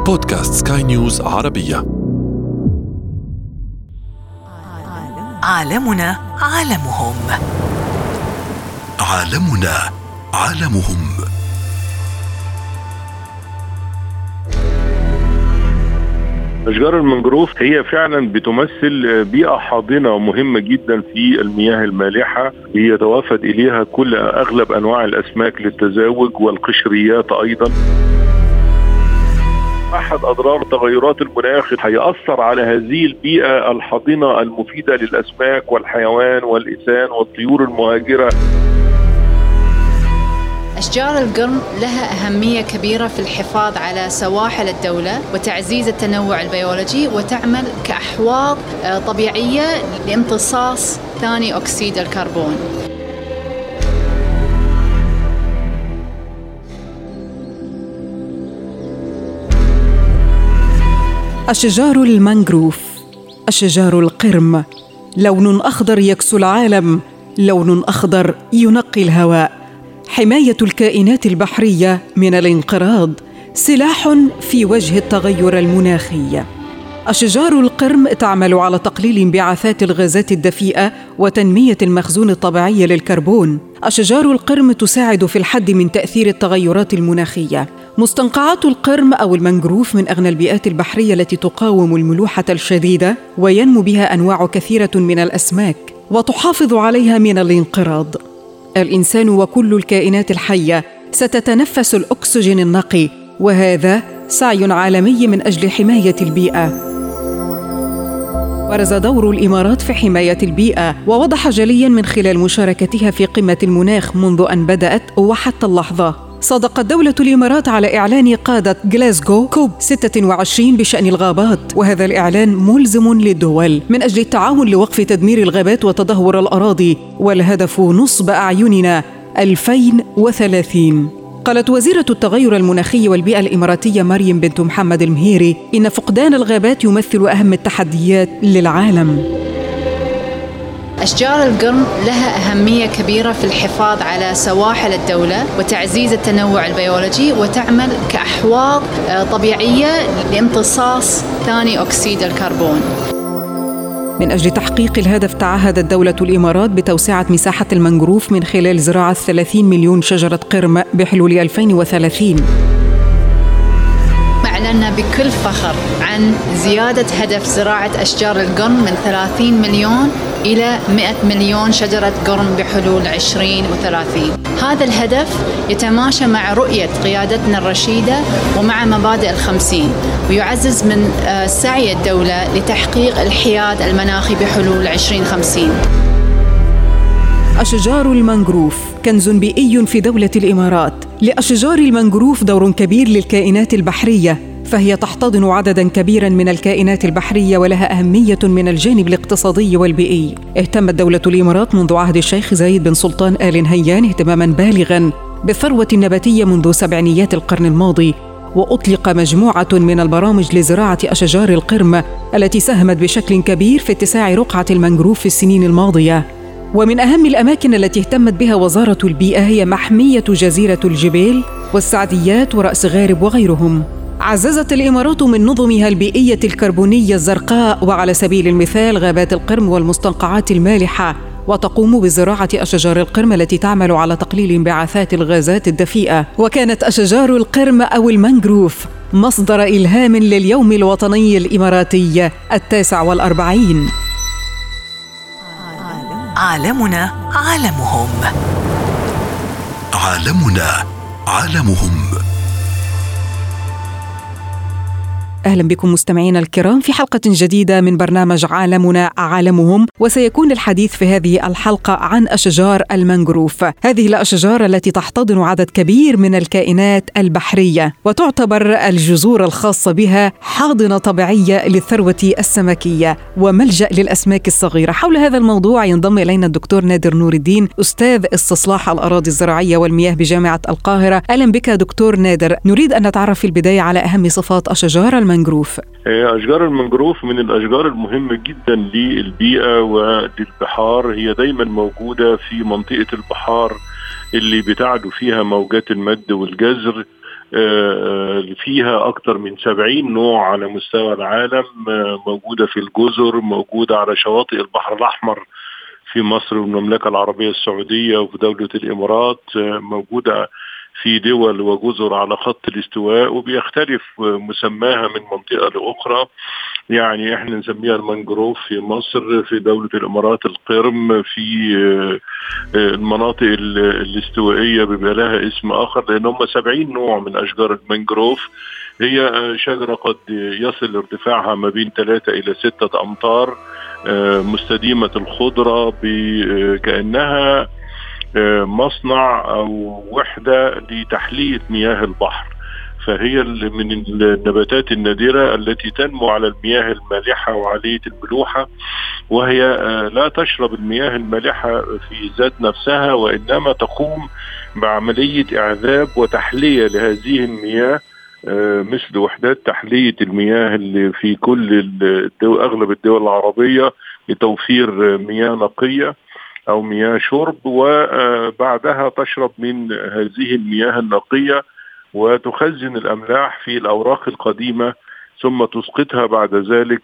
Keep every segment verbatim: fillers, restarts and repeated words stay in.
بودكاست سكاي نيوز عربية. عالمنا عالمهم. عالمنا عالمهم. أشجار المنجروف هي فعلا بتمثل بيئة حاضنة مهمة جدا في المياه المالحة، يتوافد إليها كل أغلب أنواع الأسماك للتزاوج والقشريات أيضا. أحد أضرار تغيرات المناخ هيأثر على هذه البيئة الحاضنة المفيدة للأسماك والحيوان والإنسان والطيور المهاجرة. أشجار القرم لها أهمية كبيرة في الحفاظ على سواحل الدولة وتعزيز التنوع البيولوجي، وتعمل كأحواض طبيعية لامتصاص ثاني أكسيد الكربون. أشجار المانجروف، أشجار القرم، لون أخضر يكسو العالم، لون أخضر ينقي الهواء، حماية الكائنات البحرية من الانقراض، سلاح في وجه التغير المناخي. أشجار القرم تعمل على تقليل انبعاثات الغازات الدفيئة وتنمية المخزون الطبيعي للكربون. أشجار القرم تساعد في الحد من تأثير التغيرات المناخية. مستنقعات القرم أو المانجروف من أغنى البيئات البحرية التي تقاوم الملوحة الشديدة، وينمو بها أنواع كثيرة من الأسماك وتحافظ عليها من الانقراض. الإنسان وكل الكائنات الحية ستتنفس الأكسجين النقي، وهذا سعي عالمي من أجل حماية البيئة. برز دور الإمارات في حماية البيئة، ووضح جلياً من خلال مشاركتها في قمة المناخ منذ أن بدأت وحتى اللحظة. صدقت دولة الإمارات على إعلان قادة غلاسكو كوب ستة وعشرين بشأن الغابات، وهذا الإعلان ملزم للدول من أجل التعاون لوقف تدمير الغابات وتدهور الأراضي، والهدف نصب أعيننا ألفين وثلاثين. قالت وزيرة التغير المناخي والبيئة الإماراتية مريم بنت محمد المهيري إن فقدان الغابات يمثل أهم التحديات للعالم. أشجار القرم لها أهمية كبيرة في الحفاظ على سواحل الدولة وتعزيز التنوع البيولوجي، وتعمل كأحواض طبيعية لامتصاص ثاني أكسيد الكربون. من أجل تحقيق الهدف تعهدت دولة الإمارات بتوسعة مساحة المانجروف من خلال زراعة ثلاثين مليون شجرة قرم بحلول ألفين وثلاثين. أعلنا بكل فخر عن زيادة هدف زراعة أشجار القرم من ثلاثين مليون إلى مئة مليون شجرة قرم بحلول عشرين وثلاثين. هذا الهدف يتماشى مع رؤية قيادتنا الرشيدة ومع مبادئ الخمسين، ويعزز من سعي الدولة لتحقيق الحياد المناخي بحلول عشرين خمسين. أشجار المانجروف كنز بيئي في دولة الإمارات. لأشجار المانجروف دور كبير للكائنات البحرية، فهي تحتضن عدداً كبيراً من الكائنات البحرية ولها أهمية من الجانب الاقتصادي والبيئي. اهتمت دولة الإمارات منذ عهد الشيخ زايد بن سلطان آل نهيان اهتماماً بالغاً بالثروة النباتية منذ سبعينيات القرن الماضي، وأطلق مجموعة من البرامج لزراعة أشجار القرم التي ساهمت بشكل كبير في اتساع رقعة المانجروف في السنين الماضية. ومن أهم الأماكن التي اهتمت بها وزارة البيئة هي محمية جزيرة الجبيل والسعديات ورأس غارب وغيرهم. عززت الإمارات من نظمها البيئية الكربونية الزرقاء، وعلى سبيل المثال غابات القرم والمستنقعات المالحة، وتقوم بزراعة أشجار القرم التي تعمل على تقليل انبعاثات الغازات الدفيئة. وكانت أشجار القرم أو المانجروف مصدر إلهام لليوم الوطني الإماراتي التاسع والأربعين. عالمنا عالمهم. عالمنا عالمهم. أهلا بكم مستمعينا الكرام في حلقة جديدة من برنامج عالمنا عالمهم، وسيكون الحديث في هذه الحلقة عن أشجار المانجروف. هذه الأشجار التي تحتضن عدد كبير من الكائنات البحرية، وتعتبر الجذور الخاصة بها حاضنة طبيعية للثروة السمكية وملجأ للأسماك الصغيرة. حول هذا الموضوع ينضم إلينا الدكتور نادر نور الدين، أستاذ استصلاح الأراضي الزراعية والمياه بجامعة القاهرة. أهلا بك دكتور نادر. نريد أن نتعرف في البداية على أهم صفات أشجار المانجروف. أشجار المانجروف من الأشجار المهمة جدا للبيئة وللبحار. هي دايما موجودة في منطقة البحار اللي بتعدو فيها موجات المد والجزر. فيها أكثر من سبعين نوع على مستوى العالم، موجودة في الجزر، موجودة على شواطئ البحر الأحمر في مصر والمملكة العربية السعودية وفي دولة الإمارات، موجودة في دول وجزر على خط الاستواء، وبيختلف مسماها من منطقة لأخرى. يعني احنا نسميها المانجروف في مصر، في دولة الإمارات القرم، في المناطق الاستوائية بيبقى لها اسم آخر، لأن هم سبعين نوع من أشجار المانجروف. هي شجرة قد يصل ارتفاعها ما بين ثلاثة إلى ستة أمتار، مستديمة الخضرة، كأنها مصنع أو وحدة لتحلية مياه البحر. فهي من النباتات النادرة التي تنمو على المياه المالحة وعالية الملوحة، وهي لا تشرب المياه المالحة في ذات نفسها، وإنما تقوم بعملية إعذاب وتحلية لهذه المياه، مثل وحدات تحلية المياه اللي في كل الدول، أغلب الدول العربية، لتوفير مياه نقية أو مياه شرب، وبعدها تشرب من هذه المياه النقية وتخزن الأملاح في الأوراق القديمة، ثم تسقطها بعد ذلك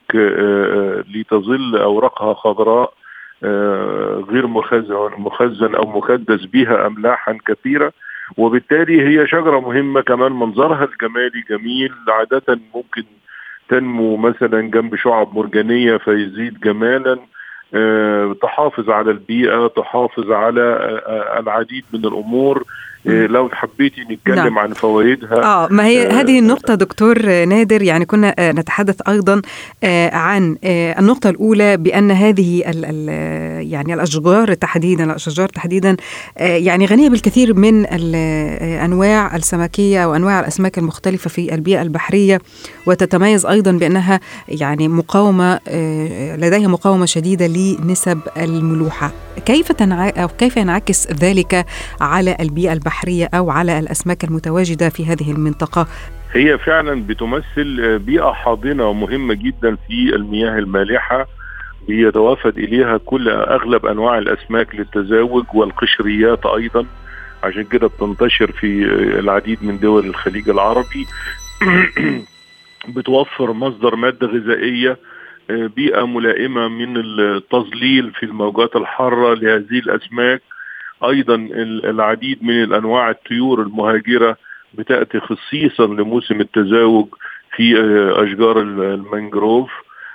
لتظل أوراقها خضراء غير مخزن أو مكدس بها أملاحا كثيرة. وبالتالي هي شجرة مهمة، كمان منظرها الجمالي جميل، عادة ممكن تنمو مثلا جنب شعب مرجانية فيزيد جمالا، تحافظ على البيئة، تحافظ على العديد من الأمور. لو حبيتي نتكلم نعم. عن فوائدها. آه ما هي آه هذه النقطة دكتور نادر، يعني كنا آه نتحدث أيضا آه عن آه النقطة الأولى، بأن هذه ال ال يعني الأشجار تحديدا الأشجار تحديدا آه يعني غنية بالكثير من الأنواع السمكية وأنواع الأسماك المختلفة في البيئة البحرية، وتتميز أيضا بأنها يعني مقاومة آه لديها مقاومة شديدة لنسب الملوحة. كيف تنع... أو كيف ينعكس ذلك على البيئة البحرية أو على الأسماك المتواجدة في هذه المنطقة؟ هي فعلا بتمثل بيئة حاضنة ومهمة جدا في المياه المالحة، بيتوافد إليها كل أغلب أنواع الأسماك للتزاوج، والقشريات أيضا، عشان كده بتنتشر في العديد من دول الخليج العربي. بتوفر مصدر مادة غذائية، بيئة ملائمة من التظليل في الموجات الحارة لهذه الأسماك. أيضا العديد من الأنواع الطيور المهاجرة بتأتي خصيصا لموسم التزاوج في أشجار المانجروف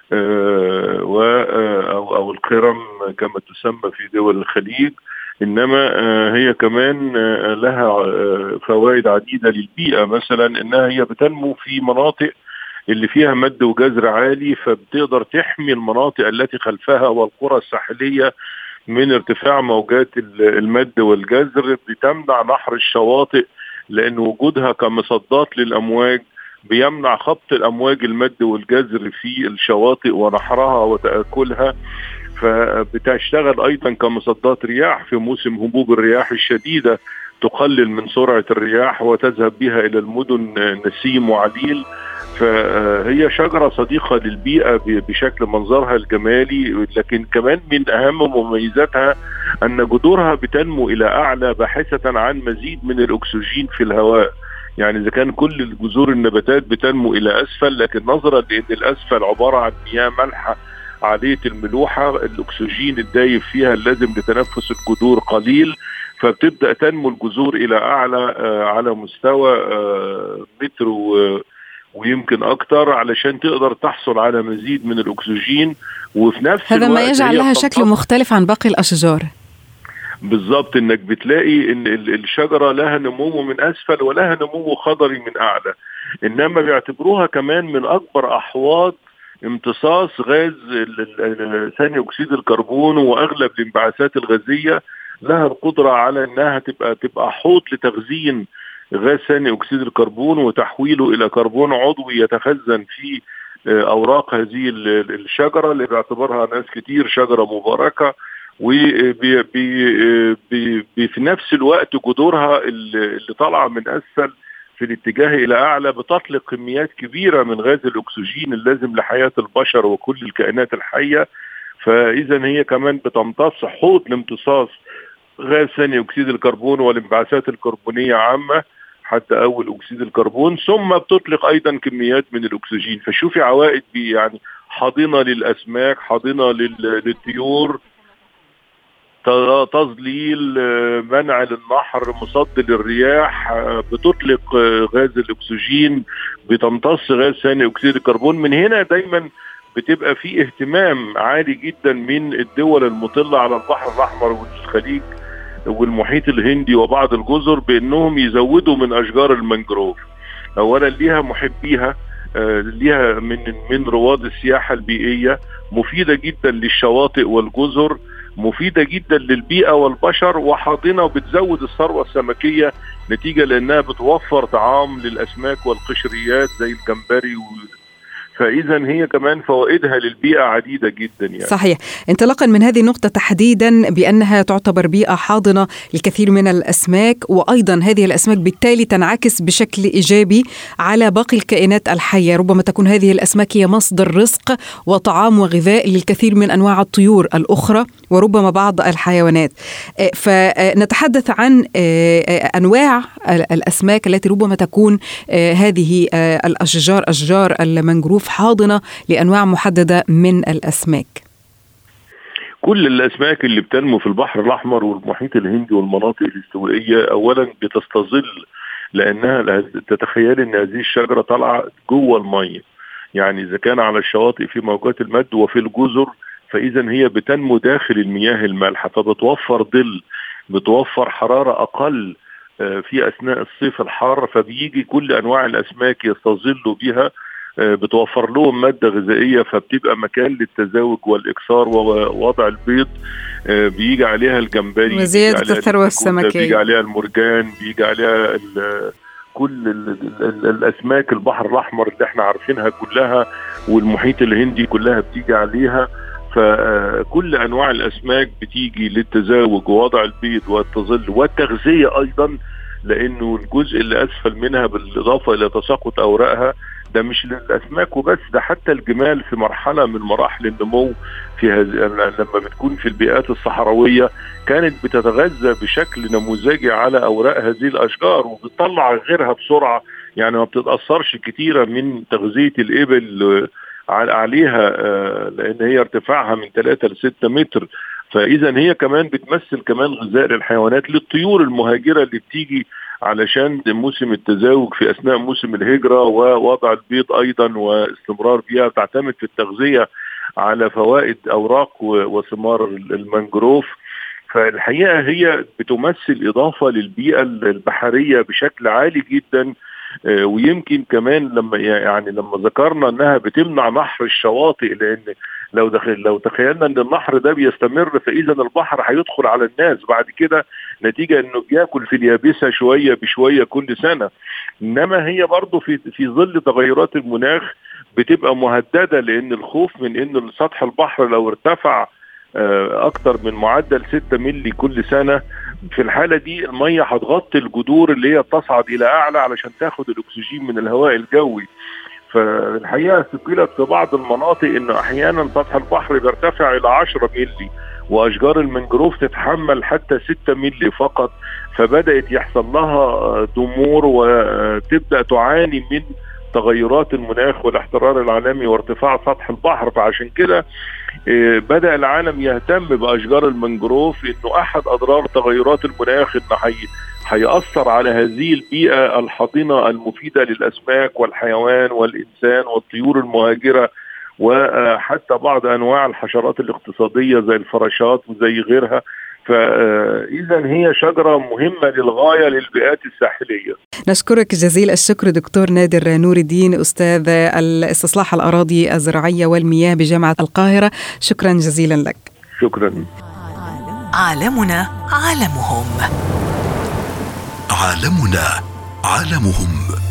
أو القرم كما تسمى في دول الخليج. إنما هي كمان لها فوائد عديدة للبيئة، مثلا إنها هي بتنمو في مناطق اللي فيها مد وجزر عالي، فبتقدر تحمي المناطق التي خلفها والقرى الساحلية من ارتفاع موجات المد والجزر، بتمنع نحر الشواطئ، لأن وجودها كمصدات للأمواج بيمنع خبط الأمواج المد والجزر في الشواطئ ونحرها وتأكلها. فبتشتغل أيضا كمصدات رياح في موسم هبوب الرياح الشديدة، تقلل من سرعة الرياح وتذهب بها إلى المدن نسيم وعليل. فهي شجرة صديقة للبيئة بشكل منظرها الجمالي، لكن كمان من أهم مميزاتها أن جذورها بتنمو إلى أعلى باحثة عن مزيد من الأكسجين في الهواء. يعني إذا كان كل الجذور النباتات بتنمو إلى أسفل، لكن نظرا لأن الأسفل عبارة عن مياه مالحة عالية الملوحة، الأكسجين الدايب فيها اللازم لتنفس الجذور قليل، فبتبدأ تنمو الجذور إلى أعلى على مستوى متر ويمكن أكتر، علشان تقدر تحصل على مزيد من الأكسجين. وفي نفس هذا الوقت ما يجعل لها شكل مختلف عن باقي الأشجار. بالضبط، إنك بتلاقي إن الشجرة لها نمو من أسفل ولها نمو خضري من أعلى، إنما بيعتبروها كمان من أكبر أحواض امتصاص غاز ثاني أكسيد الكربون، وأغلب الانبعاثات الغازية لها القدرة على أنها تبقى تبقى حوض لتخزين غاز ثاني أكسيد الكربون وتحويله إلى كربون عضوي يتخزن في أوراق هذه الشجرة، اللي باعتبارها ناس كتير شجرة مباركة. وفي نفس الوقت جذورها اللي طالعة من أسفل في الاتجاه إلى أعلى بتطلق كميات كبيرة من غاز الأكسجين اللازم لحياة البشر وكل الكائنات الحية. فإذا هي كمان بتمتص حوض لامتصاص غاز ثاني أكسيد الكربون والانبعاثات الكربونية عامة، حتى أول أكسيد الكربون، ثم بتطلق أيضا كميات من الأكسجين. فشوفي عوائد يعني حاضنة للأسماك، حاضنة للطيور، تظليل، منع للنحر، مصد للرياح، بتطلق غاز الأكسجين، بتمتص غاز ثاني أكسيد الكربون. من هنا دايما بتبقى في اهتمام عالي جدا من الدول المطلة على البحر الأحمر والخليج والمحيط الهندي وبعض الجزر بأنهم يزودوا من أشجار المانجروف. أولا ليها محبيها، ليها من من رواد السياحة البيئية، مفيدة جدا للشواطئ والجزر، مفيدة جدا للبيئة والبشر، وحاضنة وبتزود الثروة السمكية نتيجة لأنها بتوفر طعام للأسماك والقشريات زي الجمبري و... فإذا هي كمان فوائدها للبيئة عديدة جدا يعني. صحيح. انطلاقا من هذه النقطة تحديدا بأنها تعتبر بيئة حاضنة للكثير من الأسماك، وأيضا هذه الأسماك بالتالي تنعكس بشكل إيجابي على باقي الكائنات الحية. ربما تكون هذه الأسماك هي مصدر رزق وطعام وغذاء للكثير من أنواع الطيور الأخرى وربما بعض الحيوانات. فنتحدث عن أنواع الأسماك التي ربما تكون هذه الأشجار أشجار المانجروف حاضنة لأنواع محددة من الأسماك. كل الأسماك اللي بتنمو في البحر الأحمر والمحيط الهندي والمناطق الاستوائية أولا بتستظل، لأنها تتخيل أن هذه الشجرة طالعة جوه المية، يعني إذا كان على الشواطئ في موجات المد وفي الجزر، فإذا هي بتنمو داخل المياه المالحة، فبتوفر ظل، بتوفر حرارة أقل في أثناء الصيف الحار، فبيجي كل أنواع الأسماك يستظلوا بها، بتوفر لهم مادة غذائية، فبتبقى مكان للتزاوج والإكسار ووضع البيض. بيجي عليها الجمبري وزيادة الثروة السمكية، بيجي عليها المرجان، بيجي عليها كل ال ال الأسماك البحر الأحمر اللي احنا عارفينها كلها، والمحيط الهندي كلها بتيجي عليها. فكل أنواع الأسماك بتيجي للتزاوج ووضع البيض والتظل والتغذية أيضا، لأنه الجزء اللي أسفل منها بالإضافة إلى تساقط أوراقها ده مش للأسماك وبس، ده حتى الجمال في مرحلة من مراحل النمو في هذه لما بتكون في البيئات الصحراوية كانت بتتغذى بشكل نموذجي على أوراق هذه الأشجار وبتطلع غيرها بسرعة، يعني ما بتتأثرش كتيرة من تغذية الإبل عليها، لأن هي ارتفاعها من ثلاثة لستة متر. فإذا هي كمان بتمثل كمان غذاء للحيوانات، للطيور المهاجرة اللي بتيجي علشان موسم التزاوج في أثناء موسم الهجرة ووضع البيض أيضا واستمرار فيها، تعتمد في التغذية على فوائد أوراق وثمار المانجروف. فالحقيقة هي بتمثل إضافة للبيئة البحرية بشكل عالي جدا. ويمكن كمان لما يعني لما ذكرنا انها بتمنع نحر الشواطئ، لان لو دخل لو تخيلنا ان النحر ده بيستمر فاذا البحر هيدخل على الناس بعد كده، نتيجه انه بياكل في اليابسه شويه بشويه كل سنه. انما هي برضو في في ظل تغيرات المناخ بتبقى مهدده، لان الخوف من ان سطح البحر لو ارتفع اكتر من معدل ستة ملي كل سنة، في الحالة دي المية هتغطي الجذور اللي هي تصعد الى اعلى علشان تاخد الاكسجين من الهواء الجوي. فالحقيقة سجلت في بعض المناطق ان احيانا سطح البحر بيرتفع الى عشرة ملي واشجار المانجروف تتحمل حتى ستة ملي فقط، فبدأت يحصل لها ضمور وتبدأ تعاني من تغيرات المناخ والاحترار العالمي وارتفاع سطح البحر. فعشان كده بدأ العالم يهتم بأشجار المانجروف، إنه أحد أضرار تغيرات المناخ إنه حي... هيأثر على هذه البيئة الحاضنة المفيدة للأسماك والحيوان والإنسان والطيور المهاجرة وحتى بعض أنواع الحشرات الاقتصادية زي الفراشات وزي غيرها. فإذا هي شجرة مهمة للغاية للبيئات الساحلية. نشكرك جزيل الشكر دكتور نادر نور الدين، أستاذ الاستصلاح الأراضي الزراعية والمياه بجامعة القاهرة. شكرا جزيلا لك. شكرا. عالمنا عالمهم. عالمنا عالمهم.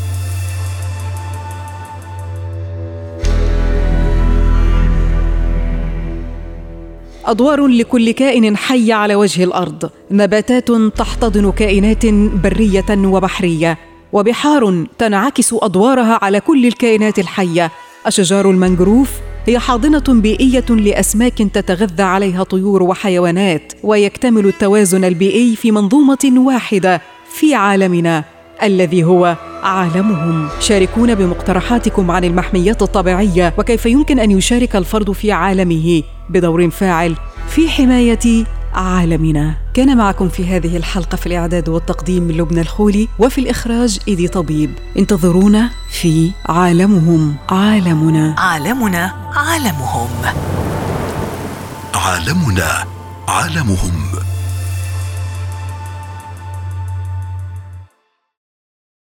أدوار لكل كائن حي على وجه الأرض، نباتات تحتضن كائنات برية وبحرية، وبحار تنعكس أدوارها على كل الكائنات الحية. أشجار المانجروف هي حاضنة بيئية لأسماك تتغذى عليها طيور وحيوانات، ويكتمل التوازن البيئي في منظومة واحدة في عالمنا الذي هو عالمهم. شاركونا بمقترحاتكم عن المحميات الطبيعية وكيف يمكن أن يشارك الفرد في عالمه بدور فاعل في حماية عالمنا. كان معكم في هذه الحلقة في الإعداد والتقديم لبنى الخولي، وفي الإخراج إيدي طبيب. انتظرونا في عالمهم عالمنا. عالمنا عالمهم. عالمنا عالمهم.